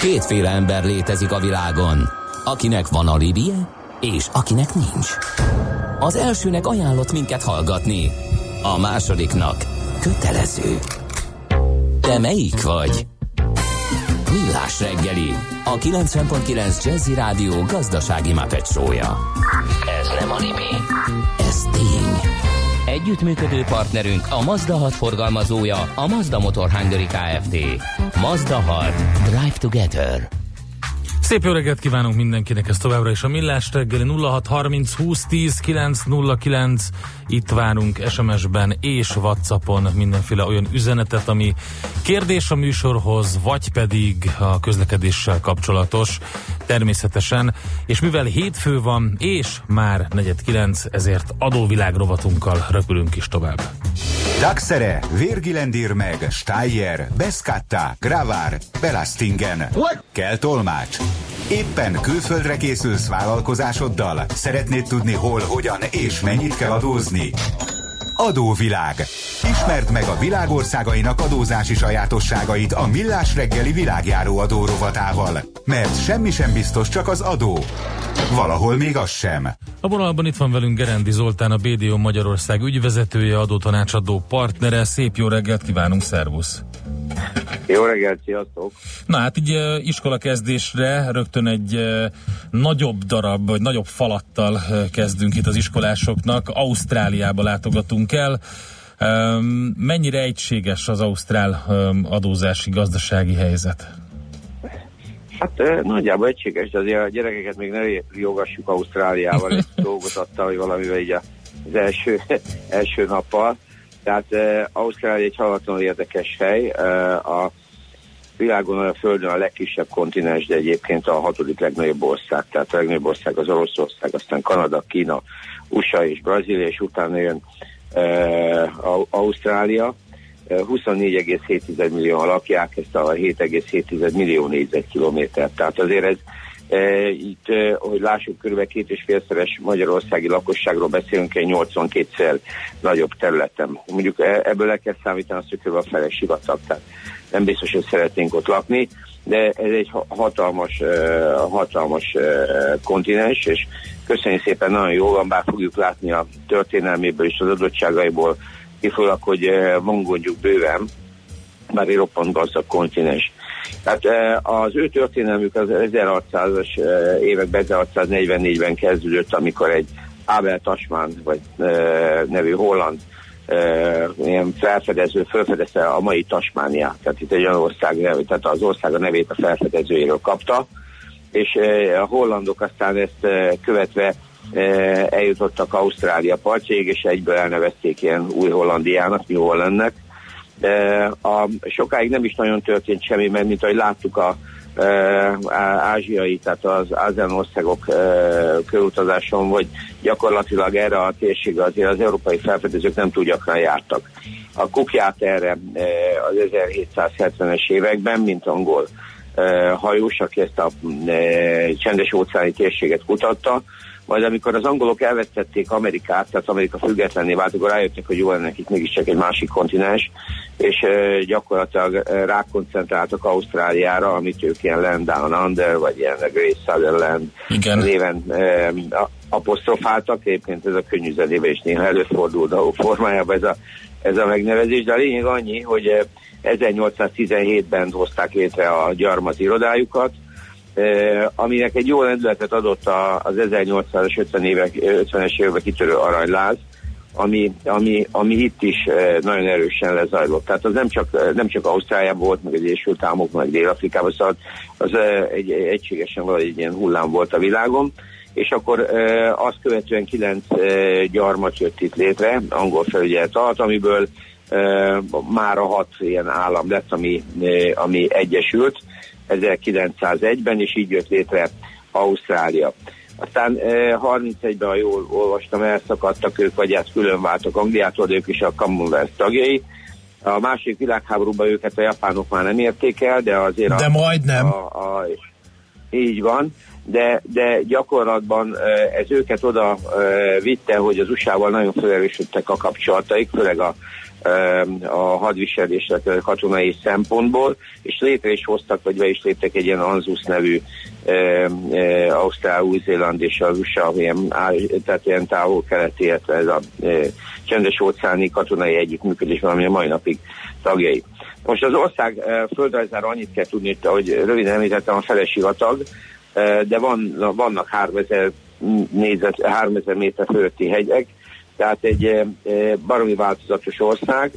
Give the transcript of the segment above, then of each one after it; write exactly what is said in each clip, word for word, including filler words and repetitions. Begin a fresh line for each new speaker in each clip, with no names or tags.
Kétféle ember létezik a világon, akinek van alibije, és akinek nincs. Az elsőnek ajánlott minket hallgatni, a másodiknak kötelező. Te melyik vagy? Millás reggeli, a kilencven pont kilenc Jazzy Rádió gazdasági Muppet show-ja. Ez nem anime, ez tény. Együttműködő partnerünk a Mazda hat forgalmazója, a Mazda Motor Hungary Kft. Mazda hat. Drive Together.
Szép jó reggelt kívánunk mindenkinek, ez továbbra is a Millás reggeli. Nulla hat harminc húsz tíz kilenc nulla kilenc. Itt várunk es em es-ben és WhatsAppon mindenféle olyan üzenetet, ami kérdés a műsorhoz, vagy pedig a közlekedéssel kapcsolatos, természetesen. És mivel hétfő van, és már negyed kilenc, ezért adóvilág rovatunkkal röpülünk is tovább.
Daxere, Virgilendir meg, Steyer, Beskatta, Gravár, Belastingen. Kell tolmács. Éppen külföldre készülsz vállalkozásoddal? Szeretnéd tudni hol, hogyan és mennyit kell adózni? Adóvilág. Ismerd meg a világországainak adózási sajátosságait a Millás reggeli világjáró adó rovatával. Mert semmi sem biztos, csak az adó. Valahol még az sem.
A vonalban itt van velünk Gerendi Zoltán, a bé dé o Magyarország ügyvezetője, adótanácsadó partnere. Szép jó reggelt kívánunk, szervusz!
Jó reggelt, sziasztok!
Na hát így uh, iskolakezdésre rögtön egy uh, nagyobb darab, vagy nagyobb falattal uh, kezdünk itt az iskolásoknak. Ausztráliába látogatunk el. Um, mennyire egységes az ausztrál um, adózási, gazdasági helyzet?
Hát uh, nagyjából egységes, de azért a gyerekeket még ne jogassuk Ausztráliával, ezt dolgozatta, hogy valamivel így az első, első nappal. Tehát uh, Ausztrália egy halatlanul érdekes hely, uh, a világon, a Földön a legkisebb kontinens, de egyébként a hatodik legnagyobb ország. Tehát a legnagyobb ország az Oroszország, aztán Kanada, Kína, u es á és Brazília, és utána jön uh, Ausztrália. Uh, huszonnégy egész hét millió lakják, ezt a hét egész hét millió négyzetkilométert. Tehát azért ez uh, itt, uh, hogy lássuk, kb. két és félszeres magyarországi lakosságról beszélünk, egy nyolcvankétszer nagyobb területen. Mondjuk ebből le kell számítani azt, hogy kb. A fele sivatag, tehát nem biztos, hogy szeretnénk ott lakni, de ez egy hatalmas, uh, hatalmas uh, kontinens, és köszönjük szépen, nagyon jó van, bár fogjuk látni a történelméből és az adottságaiból kifolyólag, hogy uh, van gondjuk bőven, bár egy roppant gazdag kontinens. Tehát uh, az ő történelmük az ezerhatszázas uh, években, ezerhatszáznegyvennégyben kezdődött, amikor egy Abel Tasman, vagy uh, nevű holland Uh, ilyen felfedező, felfedezte a mai Tasmániát, tehát itt egy olyan ország, tehát az ország a nevét a felfedezőjéről kapta, és uh, a hollandok aztán ezt uh, követve uh, eljutottak Ausztrália partjáig, és egyből elnevezték ilyen új Hollandiának, New Hollandnek. Uh, a, sokáig nem is nagyon történt semmi, mert mint ahogy láttuk a Uh, ázsiai, tehát az ázsiai országok uh, körutazáson, vagy gyakorlatilag erre a térségre azért az európai felfedezők nem túl gyakran jártak. A Cook járt erre uh, az ezerhétszázhetvenes években, mint angol uh, hajós, aki ezt a uh, csendes óceáni térséget kutatta, majd amikor az angolok elvesztették Amerikát, tehát Amerika függetlenné vált, akkor rájöttek, hogy jó lenne nekik mégiscsak egy másik kontinens, és uh, gyakorlatilag uh, rákoncentráltak Ausztráliára, amit ők ilyen Land Down Under, vagy ilyen Great Sutherland néven uh, apostrofáltak. Egyébként ez a könnyű zenében is néha előfordul dolgok formájában ez a, ez a megnevezés, de a lényeg annyi, hogy uh, ezernyolcszáztizenhétben hozták létre a gyarmat irodájukat, Uh, aminek egy jó lendületet adott a, az ezernyolcszázötvenes években kitörő aranyláz, ami, ami, ami itt is uh, nagyon erősen lezajlott. Tehát az nem csak, nem csak Ausztráliában volt, meg az Egyesült Államokban, meg Dél-Afrikában, szóval az uh, egy, egységesen valahogy egy ilyen hullám volt a világon, és akkor uh, azt követően kilenc uh, gyarmat jött itt létre, angol felügyelet alatt, amiből uh, már a hat ilyen állam lett, ami, uh, ami egyesült ezerkilencszázegyben, és így jött létre Ausztrália. Aztán eh, harmincegyben, ha jól olvastam, elszakadtak ők, vagy hát külön váltak Angliától, de ők is a Commonwealth tagjai. A második világháborúban őket a japánok már nem érték el, de azért...
De
a,
majdnem.
A, a, így van, de, de gyakorlatban eh, ez őket oda eh, vitte, hogy az u es á-val nagyon felerősödtek a kapcsolataik, főleg a a hadviselésre katonai szempontból, és létre is hoztak, vagy be is léptek egy ilyen ANZUS nevű e, e, Ausztrál, Új-Zéland és az u es á, ilyen, tehát ilyen távol-keleti, illetve ez a e, csendes-óceáni katonai együttműködésben, ami a mai napig tagjai. Most az ország e, földrajzára annyit kell tudni, hogy röviden említettem a felesivatag, e, de van, vannak háromezer méter fölötti hegyek, tehát egy e, baromi változatos ország.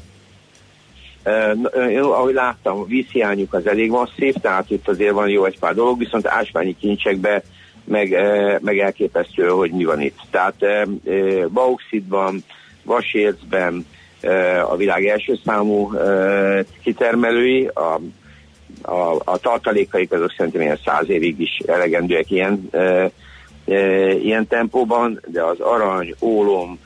E, ahogy láttam, vízhiányuk az elég masszív, tehát itt azért van jó egy pár dolog, viszont ásványi kincsekben meg, e, meg elképesztő, hogy mi van itt. Tehát e, e, bauxitban, vasércben e, a világ első számú e, kitermelői, a, a, a tartalékaik azok szerintem ilyen száz évig is elegendőek ilyen, e, e, ilyen tempóban, de az arany, ólom,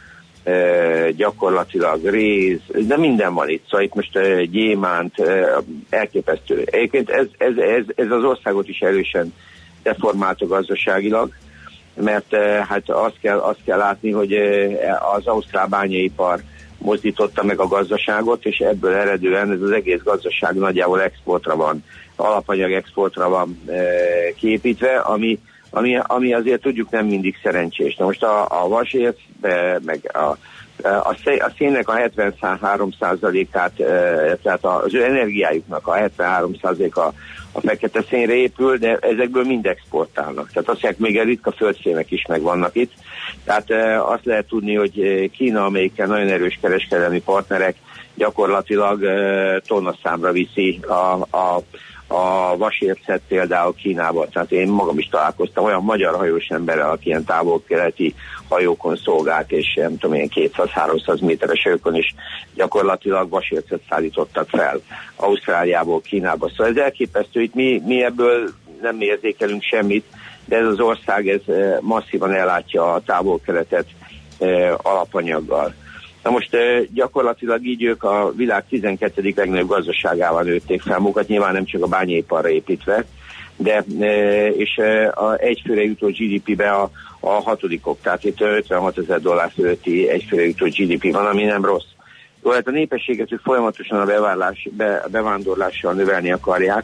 E, gyakorlatilag réz, de minden van itt, szóval itt most e, gyémánt, e, elképesztő. Egyébként ez, ez, ez, ez az országot is erősen deformálta gazdaságilag, mert e, hát azt kell, azt kell látni, hogy e, az ausztrál bányaipar mozdította meg a gazdaságot, és ebből eredően ez az egész gazdaság nagyjából exportra van, alapanyag exportra van e, kiépítve, ami Ami, ami azért tudjuk nem mindig szerencsés. Na most a, a vasérc, meg a, a, a szénnek a hetvenhárom százalékát, tehát az ő energiájuknak a hetvenhárom százaléka a fekete szénre épül, de ezekből mind exportálnak. Tehát azt mondják, még a ritka földszének is megvannak itt. Tehát azt lehet tudni, hogy Kína, amelyikkel nagyon erős kereskedelmi partnerek, gyakorlatilag tonnaszámra viszi a, a a vasércet például Kínába. Tehát én magam is találkoztam olyan magyar hajós emberrel, aki ilyen távol-keleti hajókon szolgált, és nem tudom, ilyen kétszáz-háromszáz méteres hajókon is gyakorlatilag vasércet szállítottak fel Ausztráliából Kínába. Szóval ez elképesztő, itt mi, mi ebből nem érzékelünk semmit, de ez az ország ez masszívan ellátja a távol-keletet alapanyaggal. Na most gyakorlatilag így ők a világ tizenkettedik legnagyobb gazdaságával nőtték fel magukat, nyilván nem csak a bányaiparra építve, de és a egyfőre jutó gé dé pé-be a, a hatodikok, tehát itt ötvenhatezer dollár fölötti egyfőre jutó gé dé pé van, ami nem rossz. Jó, hát a népességet ők folyamatosan a bevárlás, be, bevándorlással növelni akarják,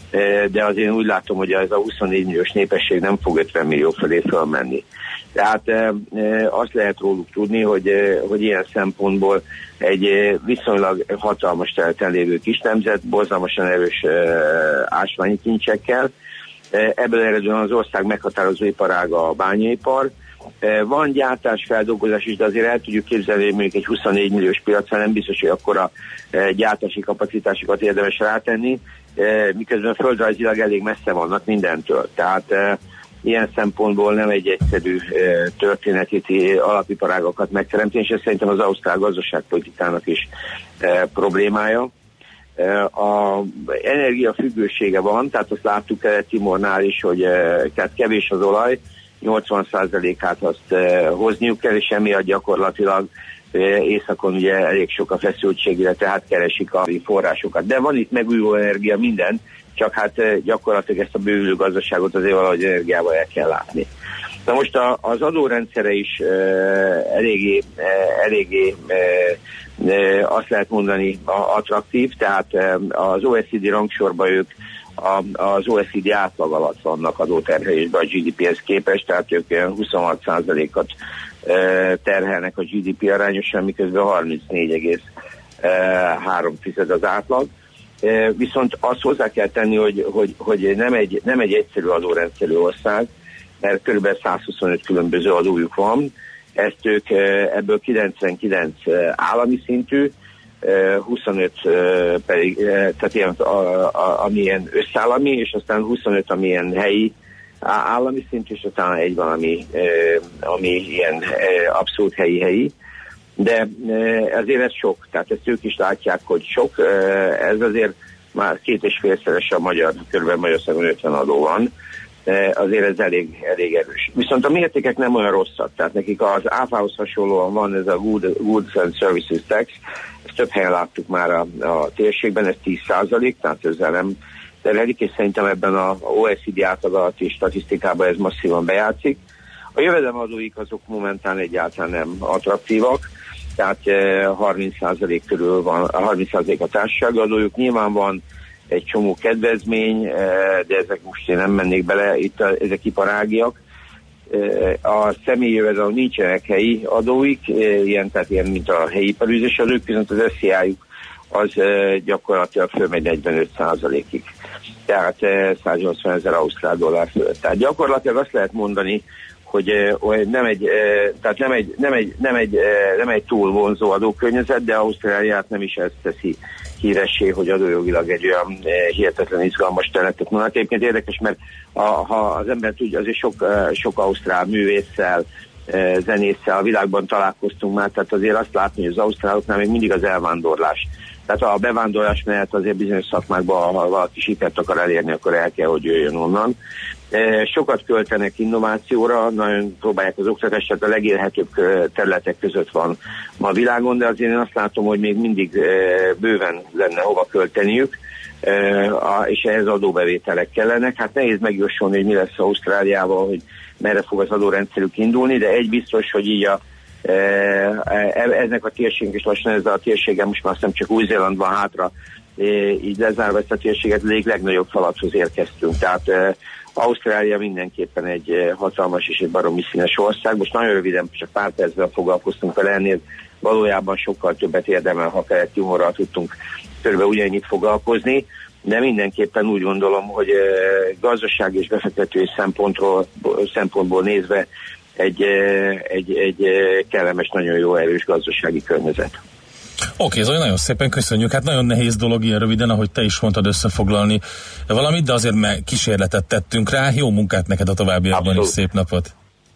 de azért úgy látom, hogy ez a huszonnégy milliós népesség nem fog ötven millió felé fölmenni. Tehát e, e, azt lehet róluk tudni, hogy, e, hogy ilyen szempontból egy e, viszonylag hatalmas területen lévő kis nemzet, borzalmasan erős e, ásványi kincsekkel. E, ebből eredően az ország meghatározó iparága a bányaipar. E, van gyártás, feldolgozás is, de azért el tudjuk képzelni, hogy mondjuk egy huszonnégy milliós piacra nem biztos, hogy akkora e, gyártási kapacitásokat érdemes rátenni, e, miközben földrajzilag elég messze vannak mindentől. Tehát e, ilyen szempontból nem egy egyszerű e, történeti alapiparágokat megteremteni, és ez szerintem az ausztrál gazdaságpolitikának is e, problémája. E, a energiafüggősége van, tehát azt láttuk Timornál is, hogy e, tehát kevés az olaj, nyolcvan százalékát azt e, hozniuk kell, és emiatt gyakorlatilag e, északon ugye elég sok a feszültség, tehát keresik a forrásokat. De van itt megújuló energia minden, csak hát gyakorlatilag ezt a bővülő gazdaságot azért valahogy energiával el kell látni. Na most a, az adórendszere is e, eléggé, e, eléggé e, e, azt lehet mondani a, attraktív, tehát e, az o e cé dé rangsorban ők a, az o e cé dé átlag alatt vannak adóterhelésben a gé dé péhez képest, tehát ők huszonhat százalékot e, terhelnek a gé dé pé arányosan, miközben harmincnégy egész három az átlag. Viszont azt hozzá kell tenni, hogy, hogy, hogy nem, egy, nem egy egyszerű adórendszerű ország, mert kb. százhuszonöt különböző adójuk van, ezt ők ebből kilencvenkilenc állami szintű, huszonöt pedig, tehát ilyen, a, a, ami ilyen összállami, és aztán huszonöt ami ilyen helyi állami szintű, és aztán egy van, ami, ami ilyen abszolút helyi-helyi. De azért ez sok, tehát ezt ők is látják, hogy sok, ez azért már két és félszeres a magyar, kb. Magyarországon ötven adó van, azért ez elég, elég erős. Viszont a mértékek nem olyan rosszak, tehát nekik az áfához hasonlóan van ez a Goods and Services Tax, ezt több helyen láttuk már a, a térségben, ez tíz százalék, tehát ezzel nem terhelik, és szerintem ebben az o e cé dé átlag alatti statisztikában ez masszívan bejátszik. A jövedelemadóik azok momentán egyáltalán nem attraktívak, tehát harminc százalék körül van, harminc százalék a társasági adójuk. Nyilván van egy csomó kedvezmény, de ezek most én nem mennék bele, itt a, ezek iparágiak. A személyi jövedelem nincsenek helyi adóik, ilyen, tehát ilyen, mint a helyi iparűzés adók, viszont az es zé á-juk az gyakorlatilag fölmegy negyvenöt százalékig. Tehát száznyolcvan ezer ausztrál dollár fölött. Tehát gyakorlatilag azt lehet mondani, hogy nem egy, tehát nem egy, nem egy, nem egy, nem egy túl vonzó adókörnyezet, de Ausztráliát nem is ezt teszi híressé, hogy adójogilag egy olyan hihetetlen izgalmas területet mondat. Egyébként érdekes, mert a, ha az ember tudja, azért sok, sok ausztrál művésszel, zenésszel a világban találkoztunk már, tehát azért azt látni, hogy az ausztráloknál még mindig az elvándorlás. Tehát a bevándorlás mellett azért bizonyos szakmákban, ha valaki sikert akar elérni, akkor el kell, hogy jöjjön onnan. Sokat költenek innovációra, nagyon próbálják az oktatást, tehát a legélhetőbb területek között van ma a világon, de azért én azt látom, hogy még mindig bőven lenne hova költeniük, és ehhez adóbevételek kellenek. Hát nehéz megjósolni, hogy mi lesz Ausztráliával, hogy merre fog az adórendszerük indulni, de egy biztos, hogy így a ennek a térségünk is lassan ezzel a térséggel, most már azt nem csak Új-Zéland van hátra, így lezárva ezt a térséget, a legnagyobb falathoz érkeztünk. Tehát Ausztrália mindenképpen egy hatalmas és egy baromi színes ország. Most nagyon röviden, csak pár percben foglalkoztunk vele, ennél valójában sokkal többet érdemel, ha keleti humorral tudtunk körülbelül ugyannyit foglalkozni, de mindenképpen úgy gondolom, hogy gazdasági és befektetői szempontról, szempontból nézve egy, egy, egy kellemes, nagyon jó erős gazdasági környezet.
Oké, Zoli, nagyon szépen köszönjük. Hát nagyon nehéz dolog ilyen röviden, ahogy te is mondtad, összefoglalni valamit, de azért meg kísérletet tettünk rá. Jó munkát neked a továbbiakban is, szép napot!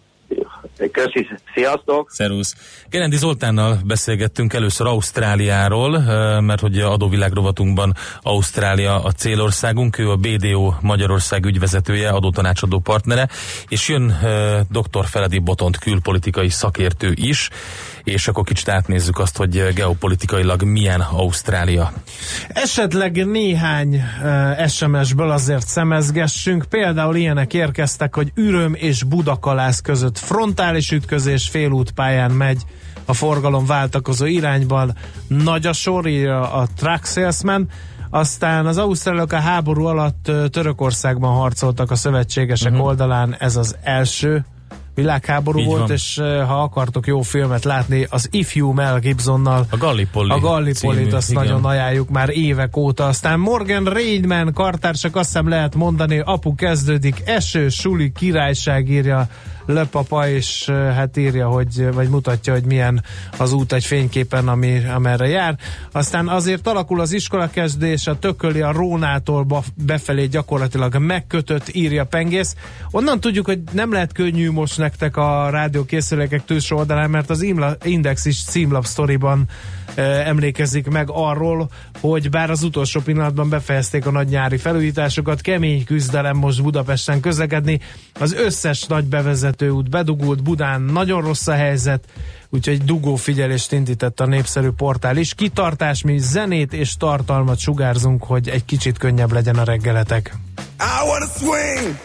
Köszi, sziasztok!
Szervusz! Gerendi Zoltánnal beszélgettünk először Ausztráliáról, mert hogy a adóvilág rovatunkban Ausztrália a célországunk, ő a bé dé o Magyarország ügyvezetője, adótanácsadó partnere, és jön dr. Feledi Botont külpolitikai szakértő is, és akkor kicsit átnézzük azt, hogy geopolitikailag milyen Ausztrália.
Esetleg néhány uh, es em es-ből azért szemezgessünk. Például ilyenek érkeztek, hogy Üröm és Budakalász között frontális ütközés, félútpályán megy a forgalom váltakozó irányban. Nagy a sor, írja a Truck Salesman. Aztán az ausztrálok a háború alatt uh, Törökországban harcoltak a szövetségesek uh-huh. oldalán, ez az első világháború így volt, van. És uh, ha akartok jó filmet látni, az ifjú Mel Gibsonnal,
a Gallipoli,
a Gallipolit, azt igen. nagyon ajánljuk már évek óta. Aztán Morgan Reidman kartársak, azt hiszem lehet mondani, apu kezdődik, eső, suli, királyság, írja Löpapa, és hát írja, hogy, vagy mutatja, hogy milyen az út egy fényképen, ami, amerre jár. Aztán azért alakul az iskolakezdés, a Tököli a Rónától befelé gyakorlatilag megkötött, írja Pengész. Onnan tudjuk, hogy nem lehet könnyű most nektek a rádiókészülékek túlsó oldalán, mert az Index is címlap sztoriban eh, emlékezik meg arról, hogy bár az utolsó pillanatban befejezték a nagy nyári felújításokat, kemény küzdelem most Budapesten közlekedni, az összes nagy bevezető út bedugult, Budán nagyon rossz a helyzet, úgyhogy dugó figyelést indített a népszerű portál is. Kitartás, mi zenét és tartalmat sugárzunk, hogy egy kicsit könnyebb legyen a reggeletek.
I wanna swing,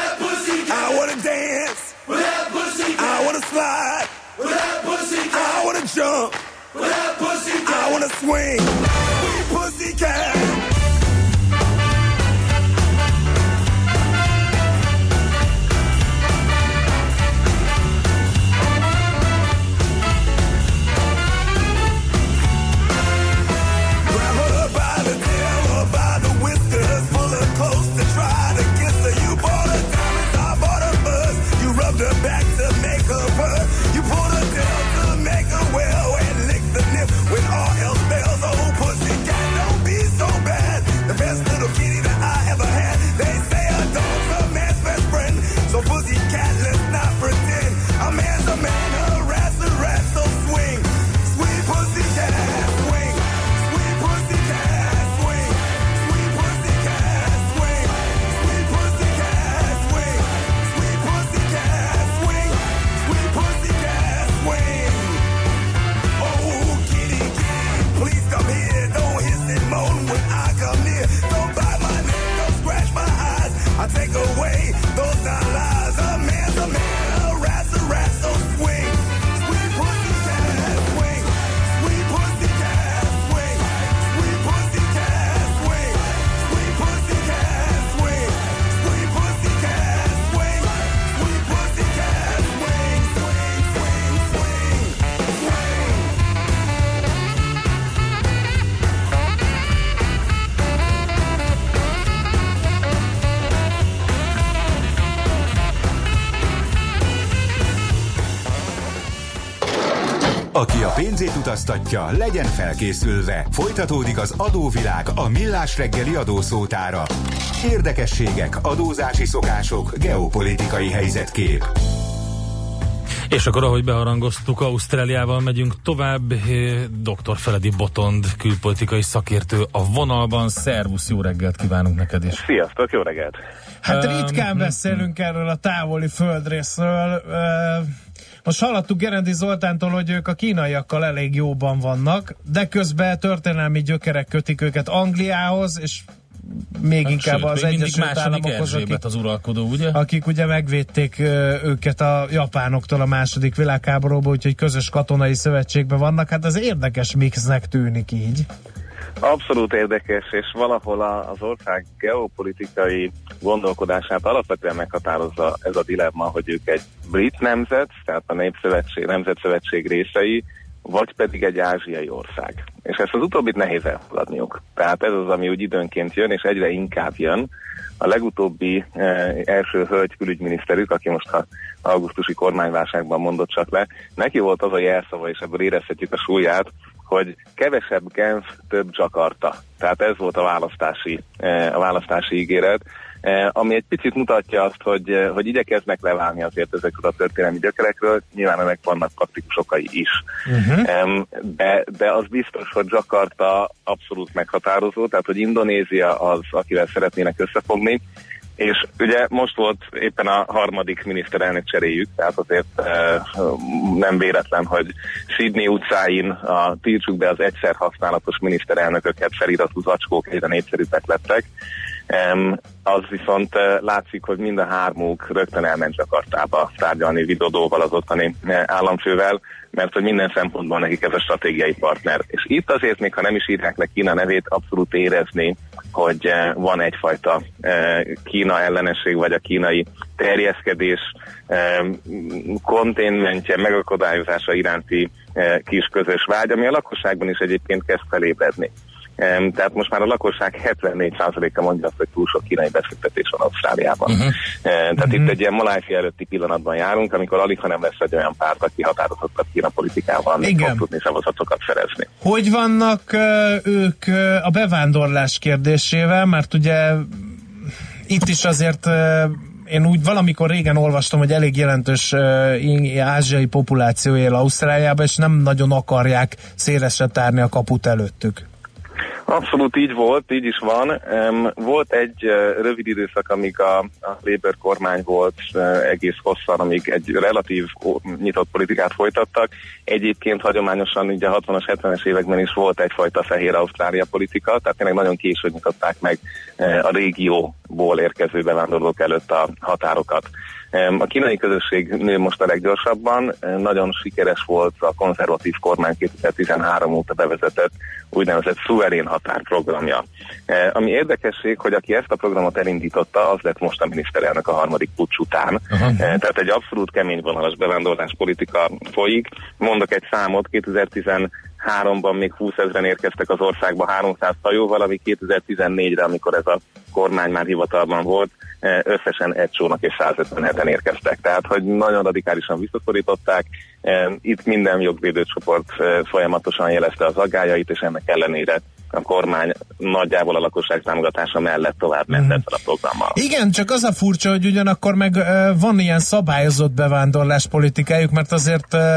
I wanna dance, I wanna slide, I wanna jump, I wanna swing, pussycat. Back to make her purr. You pulled her down to make her well and lick the nip when all else fails. Oh, pussycat, don't be so bad.
Aki a pénzét utaztatja, legyen felkészülve. Folytatódik az adóvilág a Millás reggeli adószótára. Érdekességek, adózási szokások, geopolitikai helyzetkép.
És akkor, ahogy beharangoztuk, Ausztráliával megyünk tovább. doktor Feledi Botond, külpolitikai szakértő a vonalban. Szervusz, jó reggelt kívánunk neked is.
Sziasztok, jó reggelt!
Hát ritkán beszélünk erről a távoli földrészről. Most hallottuk Gerendi Zoltántól, hogy ők a kínaiakkal elég jóban vannak, de közben történelmi gyökerek kötik őket Angliához, és még hát inkább sőt, az Egyesült Államokhoz, akik,
az uralkodó, ugye?
akik ugye megvédték őket a japánoktól a második világháborúban, úgyhogy közös katonai szövetségben vannak. Hát az érdekes mixnek tűnik így.
Abszolút érdekes, és valahol az ország geopolitikai gondolkodását alapvetően meghatározza ez a dilemma, hogy ők egy brit nemzet, tehát a Népszövetség, Nemzetszövetség részei, vagy pedig egy ázsiai ország. És ezt az utóbbit nehéz elfogadniuk. Tehát ez az, ami úgy időnként jön, és egyre inkább jön. A legutóbbi eh, első hölgy külügyminiszterük, aki most a augusztusi kormányválságban mondott csak le, neki volt az a jelszava, és ebből érezhetjük a súlyát, hogy kevesebb Genf, több Jakarta. Tehát ez volt a választási, eh, a választási ígéret, eh, ami egy picit mutatja azt, hogy, eh, hogy igyekeznek leválni azért ezekről a történelmi gyökerekről, nyilván ennek vannak praktikus okai is. Uh-huh. Eh, de, de az biztos, hogy Jakarta abszolút meghatározó, tehát hogy Indonézia az, akivel szeretnének összefogni, és ugye most volt éppen a harmadik miniszterelnök cseréjük, tehát azért e, nem véletlen, hogy Sydney utcáin a tiltsuk be az egyszer használatos miniszterelnököket feliratú zacskók egyre népszerűbbek lettek. E, az viszont e, látszik, hogy mind a hármuk rögtön elment Jakartába tárgyalni Widodóval, az ottani államfővel, mert hogy minden szempontból nekik ez a stratégiai partner. És itt azért, még ha nem is írják le Kína nevét, abszolút érezni, hogy van egyfajta Kína ellenesség, vagy a kínai terjeszkedés konténmentje, megakadályozása iránti kis közös vágy, ami a lakosságban is egyébként kezd felébredni. Tehát most már a lakosság hetvennégy százaléka mondja azt, hogy túl sok kínai befektetés van Ausztráliában. Uh-huh. Tehát uh-huh. itt egy ilyen Malásia előtti pillanatban járunk, amikor alig, ha nem lesz egy olyan párt, aki határozottabb Kína politikával még fog tudni szavazatokat szerezni.
Hogy vannak ők a bevándorlás kérdésével? Mert ugye itt is azért én úgy valamikor régen olvastam, hogy elég jelentős uh, ázsiai populáció él Ausztráliában, és nem nagyon akarják szélesre tárni a kaput előttük.
Abszolút így volt, így is van. Um, volt egy uh, rövid időszak, amíg a, a Labour kormány volt uh, egész hosszan, amíg egy relatív uh, nyitott politikát folytattak. Egyébként hagyományosan ugye a hatvanas, hetvenes években is volt egyfajta fehér Ausztrália politika, tehát tényleg nagyon későn nyitották meg uh, a régióból érkező bevándorlók előtt a határokat. A kínai közösség nő most a leggyorsabban, nagyon sikeres volt a konzervatív kormány kétezer-tizenhárom óta bevezetett úgynevezett szuverén határprogramja. Ami érdekesség, hogy aki ezt a programot elindította, az lett most a miniszterelnök a harmadik puccs után. Uh-huh. Tehát egy abszolút keményvonalas bevándorlás politika folyik. Mondok egy számot, kétezer-tizenháromban még húszezren érkeztek az országba háromszáz hajóval, ami kétezer-tizennégyre, amikor ez a kormány már hivatalban volt, összesen egy csónak és százötvenheten érkeztek. Tehát, hogy nagyon radikálisan visszaszorították. Itt minden jogvédőcsoport folyamatosan jelezte az aggályait, és ennek ellenére a kormány nagyjából a lakosság támogatása mellett tovább ment ezzel a programmal.
Igen, csak az a furcsa, hogy ugyanakkor meg uh, van ilyen szabályozott bevándorlás politikájuk, mert azért uh,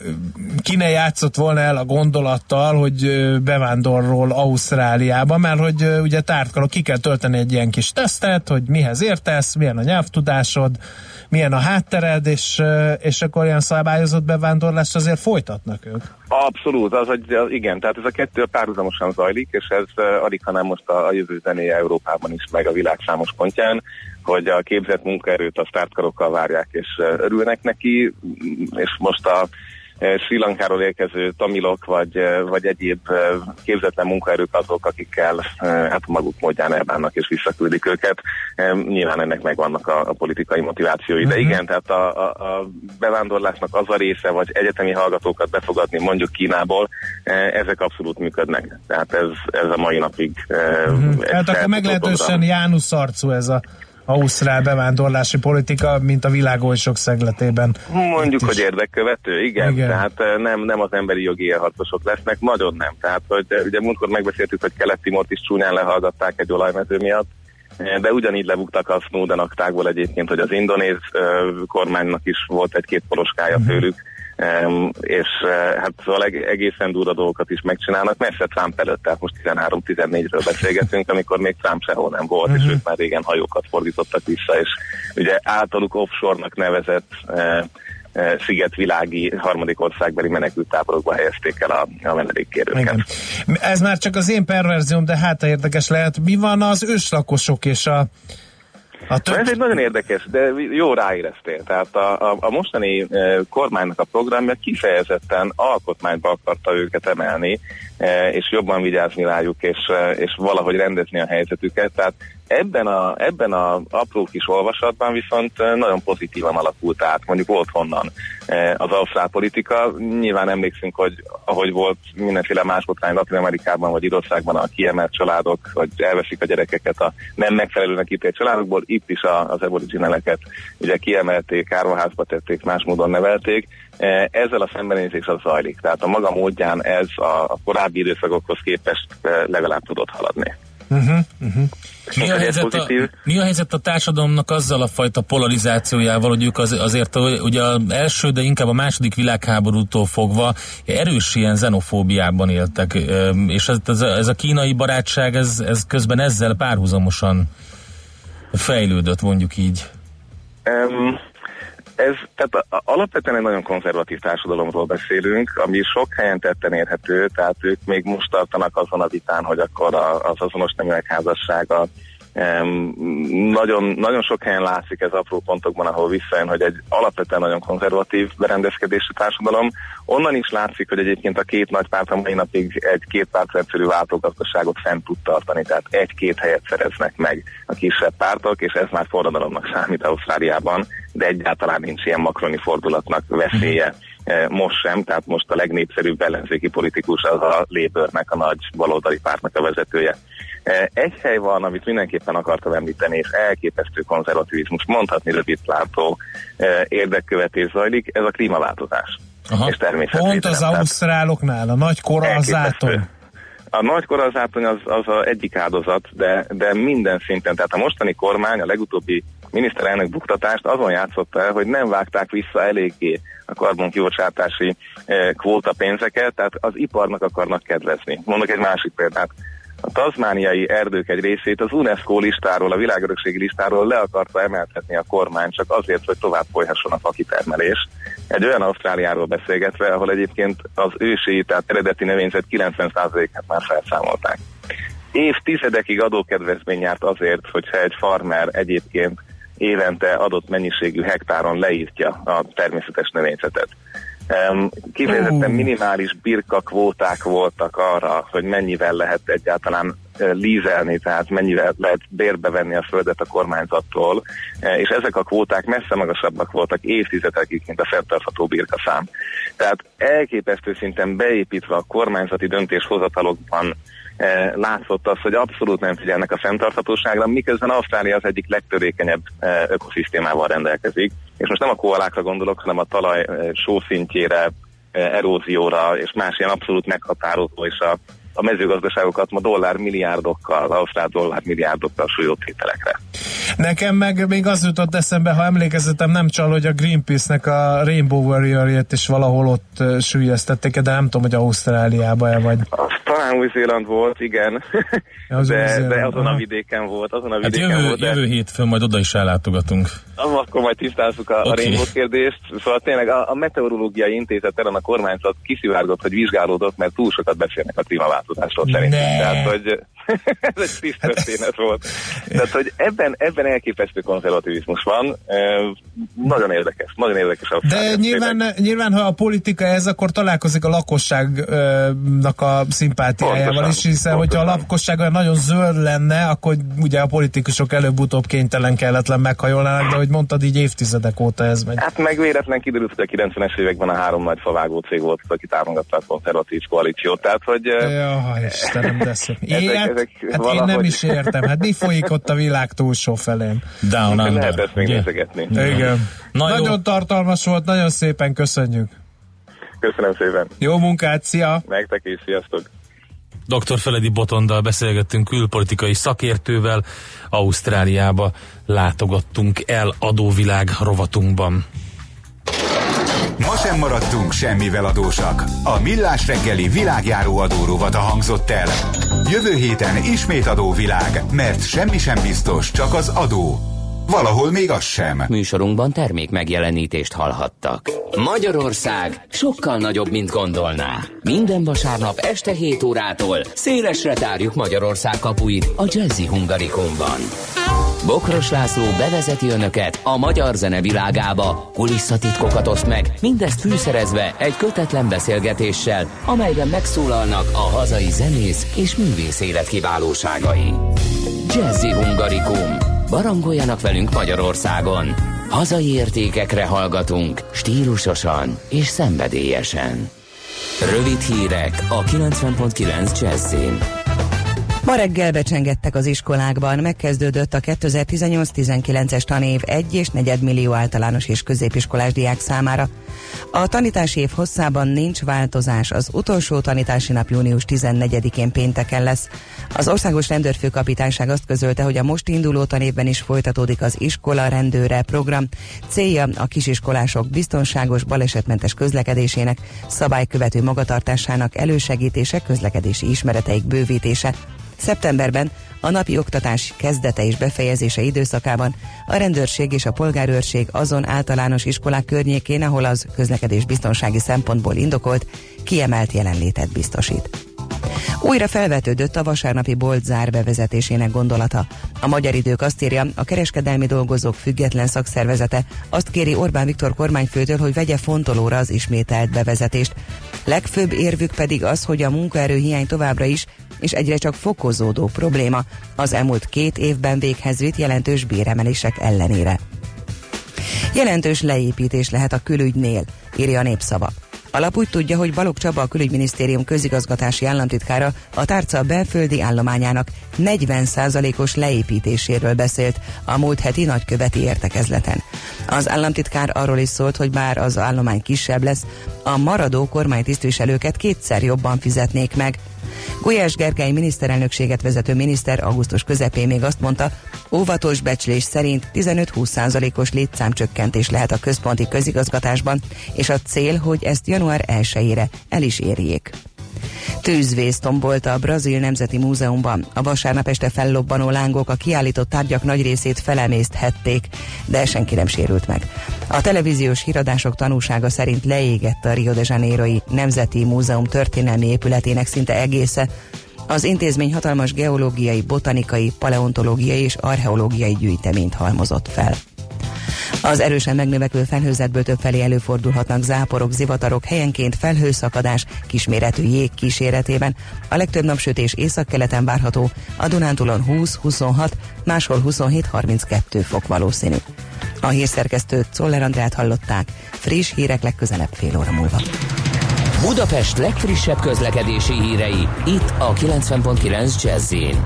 ki ne játszott volna el a gondolattal, hogy uh, bevándorol Ausztráliába, mert hogy uh, ugye tártkaló ki kell tölteni egy ilyen kis tesztet, hogy mihez értesz, milyen a nyelvtudásod, milyen a háttered, és, uh, és akkor ilyen szabályozott bevándorlást azért folytatnak ők.
Abszolút, az, hogy igen, tehát ez a kettő párhuzamosan zajlik, és ez uh, alig, hanem most a, a jövő zenéje Európában is, meg a világ számos pontján, hogy a képzett munkaerőt a startkarokkal várják, és uh, örülnek neki, és most a Sri Lankáról érkező tamilok, vagy, vagy egyéb képzetlen munkaerők azok, akikkel hát maguk módján elbánnak és visszaküldik őket. Nyilván ennek megvannak a, a politikai motivációi, de igen, tehát a, a, a bevándorlásnak az a része, vagy egyetemi hallgatókat befogadni mondjuk Kínából, ezek abszolút működnek. Tehát ez, ez a mai napig...
Uh-huh. Tehát akkor meglehetősen Jánusz arcú ez a ausztrál bevándorlási politika, mint a világ oly sok szegletében.
Mondjuk, hogy érdekkövető, igen, igen. Tehát nem, nem az emberi jogi élharcosok lesznek, nagyon nem. Tehát, hogy ugye múltkor megbeszéltük, hogy Kelet-Timort is csúnyán lehallgatták egy olajmező miatt, de ugyanígy lebuktak a Snowden aktákból egyébként, hogy az indonéz uh, kormánynak is volt egy-két poloskája uh-huh. tőlük, um, és uh, hát szóval egészen durva dolgokat is megcsinálnak, messze Trump előtt, tehát most tizenhárom-tizennégyről beszélgetünk, amikor még Trump sehol nem volt, uh-huh. és ők már régen hajókat fordítottak vissza, és ugye általuk offshore-nak nevezett uh, szigetvilági harmadik országbeli menekülttáborokba helyezték el a, a menedékkérőket. Igen.
Ez már csak az én perverzióm, de hát érdekes lehet. Mi van az őslakosok és a, a több...
Ez egy nagyon érdekes, de jó ráéreztél. Tehát a, a, a mostani e, kormánynak a programja kifejezetten alkotmányba akarta őket emelni, e, és jobban vigyázni rájuk, és, e, és valahogy rendezni a helyzetüket. Tehát Ebben a, ebben a apró kis olvasatban viszont nagyon pozitívan alakult át, mondjuk volt honnan az ausztrál politika. Nyilván emlékszünk, hogy ahogy volt mindenféle más botrány Latin-Amerikában vagy Írországban a kiemelt családok, hogy elveszik a gyerekeket a nem megfelelőnek ítélt családokból, itt is az aborigineleket ugye kiemelték, árvaházba tették, más módon nevelték. Ezzel a szembenézés az zajlik. Tehát a maga módján ez a korábbi időszakokhoz képest legalább tudott haladni.
Uh-huh, uh-huh. Mi, a helyzet a, mi a helyzet a társadalomnak azzal a fajta polarizációjával, hogy ők az, azért ugye az első, de inkább a második világháborútól fogva erős ilyen xenofóbiában éltek, és ez, ez, a, ez a kínai barátság, ez, ez közben ezzel párhuzamosan fejlődött, mondjuk így. Um.
Ez, tehát alapvetően egy nagyon konzervatív társadalomról beszélünk, ami sok helyen tetten érhető, tehát ők még most tartanak azon a vitán, hogy akkor az azonos neműek házassága. Nagyon, nagyon sok helyen látszik ez apró pontokban, ahol visszajön, hogy egy alapvetően nagyon konzervatív berendezkedésű társadalom. Onnan is látszik, hogy egyébként a két nagy párt a mai napig egy két pártrendszerű váltógazdaságot fent tud tartani, tehát egy-két helyet szereznek meg a kisebb pártok, és ez már forradalomnak számít Ausztráliában, de egyáltalán nincs ilyen makroni fordulatnak veszélye most sem, tehát most a legnépszerűbb ellenzéki politikus az a Labournek, a nagy baloldali pártnak a vezetője. Egy hely van, amit mindenképpen akartam említeni, és elképesztő konzervativizmus, mondhatni rövidlátó érdekkövetés zajlik, ez a klímaváltozás.
Aha. És természetesen. Pont az ausztráloknál, a nagy korazátony.
A nagy korazátony az, az a egyik áldozat, de, de minden szinten, tehát a mostani kormány, a legutóbbi miniszterelnök buktatást azon játszotta el, hogy nem vágták vissza eléggé a karbonkibocsátási eh, kvóta pénzeket, tehát az iparnak akarnak kedvezni. Mondok egy másik példát. A tazmániai erdők egy részét az UNESCO listáról, a világörökségi listáról le akarta emeltetni a kormány csak azért, hogy tovább folyhasson a fakitermelés. Egy olyan Ausztráliáról beszélgetve, ahol egyébként az ősi, tehát eredeti növényzet kilencven százalékát már felszámolták. Évtizedekig adókedvezmény járt azért, hogyha egy farmer egyébként évente adott mennyiségű hektáron leírtja a természetes növényzetet. Kifejezetten minimális birka kvóták voltak arra, hogy mennyivel lehet egyáltalán lízelni, tehát mennyivel lehet bérbe venni a földet a kormányzattól, és ezek a kvóták messze magasabbak voltak évtizedekig, mint a fenntartható birkaszám. Tehát elképesztő szinten beépítve a kormányzati döntéshozatalokban látszott az, hogy abszolút nem figyelnek a fenntarthatóságra, miközben Ausztrália az egyik legtörékenyebb ökoszisztémával rendelkezik. És most nem a koalákra gondolok, hanem a talaj sószintjére, erózióra és más ilyen abszolút meghatározó, és a, a mezőgazdaságokat ma dollármilliárdokkal, ausztrál dollármilliárdokkal súlyó tételekre.
Nekem meg még az jutott eszembe, ha emlékezetem nem csal, hogy a Greenpeace-nek a Rainbow Warrior-jét is valahol ott uh, süllyesztették, de nem tudom, hogy Ausztráliában vagy.
Az talán Új-Zéland volt, igen. Ja, de, de azon a vidéken volt. Azon a vidéken
hát jövő,
volt, de...
jövő hétfőn majd oda is ellátogatunk.
Ah, akkor majd tisztázzuk a, okay. a Rainbow kérdést. Szóval tényleg a, a Meteorológiai Intézet ellen a kormányzat kiszivárgott, hogy vizsgálódott, mert túl sokat beszélnek a klímaváltozásról szerintem. Tehát, hogy ez egy tiszt történet volt. Tehát, hogy ebben, ebben elképesztő konzervativizmus van. E, nagyon érdekes, nagyon érdekes.
De nyilván, nyilván, ha a politika ez, akkor találkozik a lakosságnak a szimpátiájával is, hiszen hogyha a lakosság olyan nagyon zöld lenne, akkor ugye a politikusok előbb-utóbb kénytelen kelletlen meghajolnának, de hogy mondtad, így évtizedek óta ez megy.
Hát meg véletlen kiderült, hogy a kilencvenes években a három nagy favágó cég volt, aki támogatta a konzervatív koalíciót. Tehát, hogy...
Jaj, Istenem, de szép.
ezek
hát
valahogy...
én nem is értem, hát mi folyik ott a világ túlsó felén?
Down under.
Lehet ezt még nézegetni.
Igen.
Na
nagyon
jó.
tartalmas volt, nagyon szépen köszönjük.
Köszönöm szépen.
Jó munkát, szia!
Nektek is, sziasztok!
doktor Feledi Botondal beszélgettünk, külpolitikai szakértővel, Ausztráliába látogattunk el adóvilág rovatunkban.
Ma sem maradtunk semmivel adósak. A Millás reggeli világjáró adórovata hangzott el. Jövő héten ismét adóvilág, mert semmi sem biztos, csak az adó. Valahol még az sem.
Műsorunkban termék megjelenítést hallhattak. Magyarország sokkal nagyobb, mint gondolná. Minden vasárnap este hét órától szélesre tárjuk Magyarország kapuit a Jazzy Hungarikumban. Bokros László bevezeti önöket a magyar zene világába, kulisszatitkokat oszt meg, mindezt fűszerezve egy kötetlen beszélgetéssel, amelyben megszólalnak a hazai zenész és művész élet kiválóságai. Jazzy Hungarikum. Barangoljanak velünk Magyarországon. Hazai értékekre hallgatunk, stílusosan és szenvedélyesen. Rövid hírek a kilencven pont kilenc Jazzin.
Ma reggel becsengettek az iskolákban, megkezdődött a kétezer-tizennyolc tizenkilences tanév egy és negyedmillió általános és középiskolás diák számára. A tanítási év hosszában nincs változás, az utolsó tanítási nap június tizennegyedikén pénteken lesz. Az Országos Rendőrfőkapitányság azt közölte, hogy a most induló tanévben is folytatódik az iskola rendőre program. Célja a kisiskolások biztonságos, balesetmentes közlekedésének, szabálykövető magatartásának elősegítése, közlekedési ismereteik bővítése. Szeptemberben, a napi oktatás kezdete és befejezése időszakában a rendőrség és a polgárőrség azon általános iskolák környékén, ahol az közlekedés biztonsági szempontból indokolt, kiemelt jelenlétet biztosít. Újra felvetődött a vasárnapi boltzár bevezetésének gondolata. A Magyar Idők azt írja, a kereskedelmi dolgozók független szakszervezete azt kéri Orbán Viktor kormányfőtől, hogy vegye fontolóra az ismételt bevezetést. Legfőbb érvük pedig az, hogy a munkaerőhiány továbbra is és egyre csak fokozódó probléma az elmúlt két évben véghez vitt jelentős béremelések ellenére. Jelentős leépítés lehet a külügynél, írja a Népszava. A lap úgy tudja, hogy Balogh Csaba, a Külügyminisztérium közigazgatási államtitkára a tárca belföldi állományának negyven százalékos leépítéséről beszélt a múlt heti nagyköveti értekezleten. Az államtitkár arról is szólt, hogy bár az állomány kisebb lesz, a maradó kormánytisztviselőket kétszer jobban fizetnék meg. Gulyás Gergely miniszterelnökséget vezető miniszter augusztus közepén még azt mondta, óvatos becslés szerint tizenöt-húsz százalékos létszámcsökkentés lehet a központi közigazgatásban, és a cél, hogy ezt január elsejére el is érjék. Tűzvész tombolt a Brazil Nemzeti Múzeumban. A vasárnap este fellobbanó lángok a kiállított tárgyak nagy részét felemészthették, de senki nem sérült meg. A televíziós híradások tanúsága szerint leégett a Rio de Janeiroi Nemzeti Múzeum történelmi épületének szinte egésze. Az intézmény hatalmas geológiai, botanikai, paleontológiai és archeológiai gyűjteményt halmozott fel. Az erősen megnövekvő felhőzetből többfelé előfordulhatnak záporok, zivatarok, helyenként felhőszakadás, kisméretű jég kíséretében. A legtöbb napsütés északkeleten várható, a Dunántúlon húsz-huszonhat, máshol huszonhét-harminckettő fok valószínű. A hírszerkesztőt, Czoller Andrát hallották, friss hírek legközelebb fél óra múlva.
Budapest legfrissebb közlekedési hírei, itt a kilencven pont kilenc Jazz-in.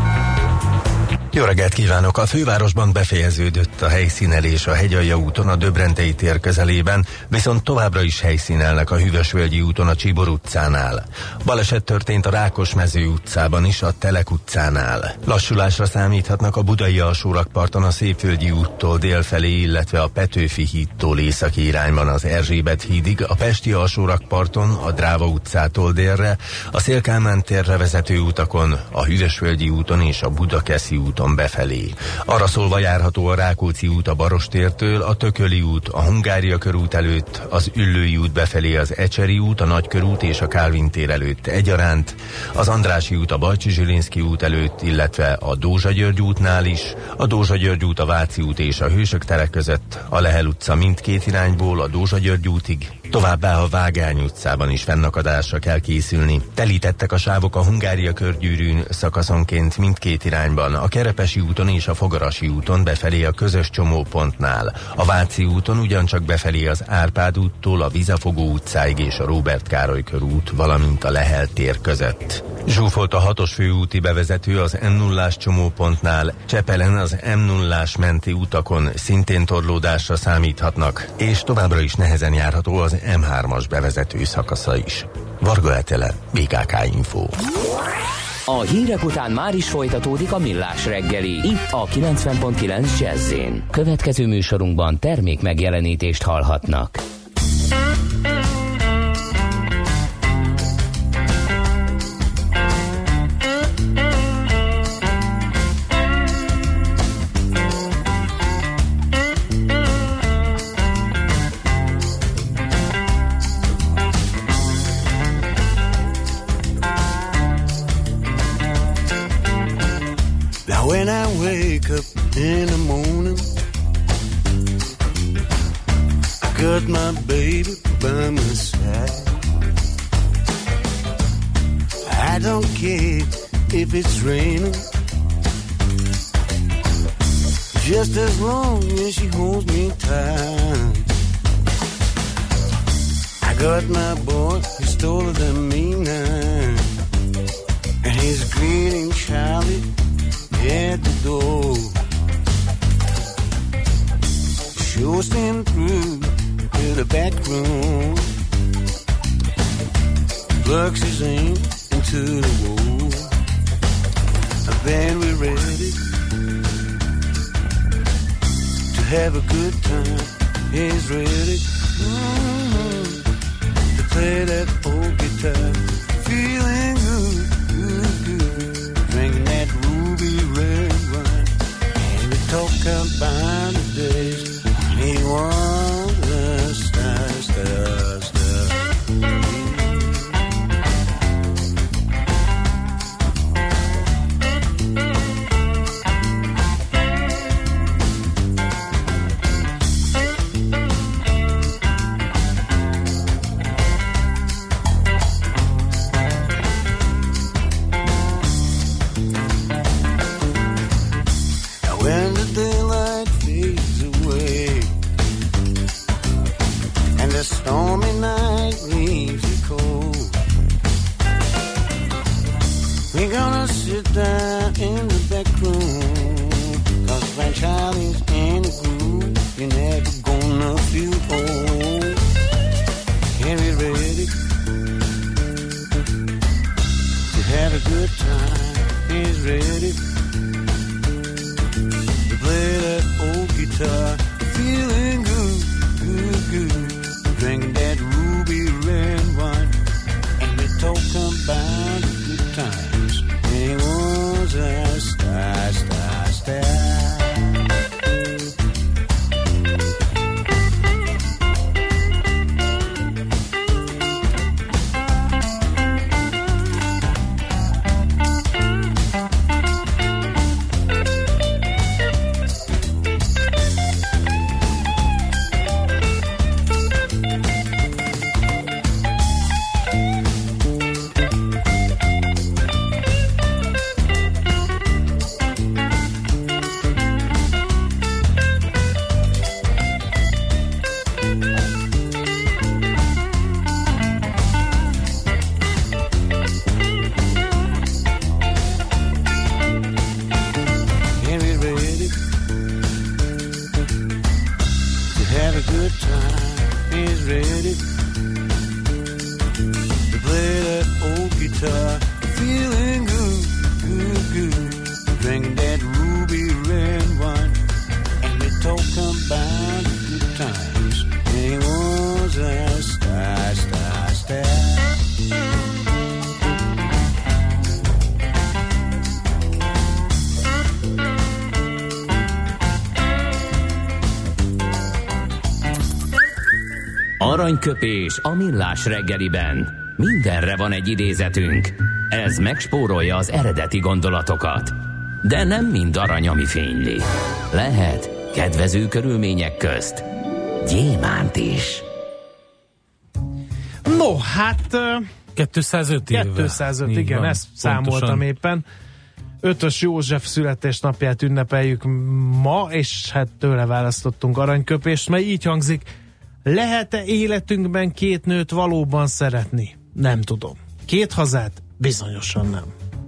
Jó reggelt kívánok! A fővárosban befejeződött a helyszínelés a Hegyalja úton a Döbrentei tér közelében, viszont továbbra is helyszínelnek a Hűvösvölgyi úton a Csibor utcánál. Baleset történt a Rákosmező utcában is, a Telek utcánál. Lassulásra számíthatnak a Budai alsórakparton a Szépvölgyi úttól délfelé, illetve a Petőfi hídtól északi irányban az Erzsébet hídig, a Pesti alsórakparton a Dráva utcától délre, a Széll-Kálmán térre vezető utakon, a Hűvösvölgyi úton és a Budakeszi úton befelé. Arra szólva járható a Rákóczi út a Barostértől, a Tököli út, a Hungária körút előtt, az Üllői út befelé az Ecseri út, a Nagykörút és a Kálvin tér előtt egyaránt, az Andrássy út a Bajcsy-Zsilinszky út előtt, illetve a Dózsa-György útnál is, a Dózsa-György út a Váci út és a Hősök tere között, a Lehel utca mindkét irányból a Dózsa-György útig, Továbbá a Vágány utcában is fennakadásra kell készülni. Telítettek a sávok a Hungária körgyűrűn szakaszonként mindkét irányban, a Kerepesi úton és a Fogarasi úton befelé a közös csomópontnál. A Váci úton ugyancsak befelé az Árpád úttól a Vizafogó utcáig és a Róbert Károly körút, valamint a Lehel tér között. Zsúfolt a hatos főúti bevezető az em nullás csomópontnál, Csepelen az em nullás menti utakon szintén torlódásra számíthatnak, és továbbra is nehezen járható az em hármas bevezető szakasza is. Varga Etele, bé ká ká Info.
A hírek után már is folytatódik a Millás reggeli, itt a kilencven pont kilenc Jazz-én. Következő műsorunkban termék megjelenítést hallhatnak.
When I wake up in the morning, I got my baby by my side. I don't care if it's raining, just as long as she holds me tight. I got my boy, he's taller than me now, and he's greeting Charlie at the door. Shows him through to the back room, plugs his aim into the wall, and then we're ready to have a good time. He's ready mm-hmm, to play that old guitar, feeling good, good, good, drinking that ruby red wine, and we talk about the days he was a star, star, star. Stormy night leaves you cold, we're gonna sit down in the back room, cause when Charlie's in the groove, you're never gonna feel old. And we're ready to have a good time. He's ready to play that old guitar, feeling good, good, good, drinking that ruby red wine, and we talk about the good times. He was a star, star, star.
Aranyköpés a Millás reggeliben. Mindenre van egy idézetünk. Ez megspórolja az eredeti gondolatokat. De nem mind arany, ami fényli. Lehet kedvező körülmények közt gyémánt is.
No, hát...
kétszázöt éve.
kétszázöt, igen,
van,
ezt számoltam
pontosan.
éppen. Ötös József születésnapját ünnepeljük ma, és hát tőle választottunk aranyköpést, mely így hangzik: lehet-e életünkben két nőt valóban szeretni? Nem tudom. Két hazát? Bizonyosan nem.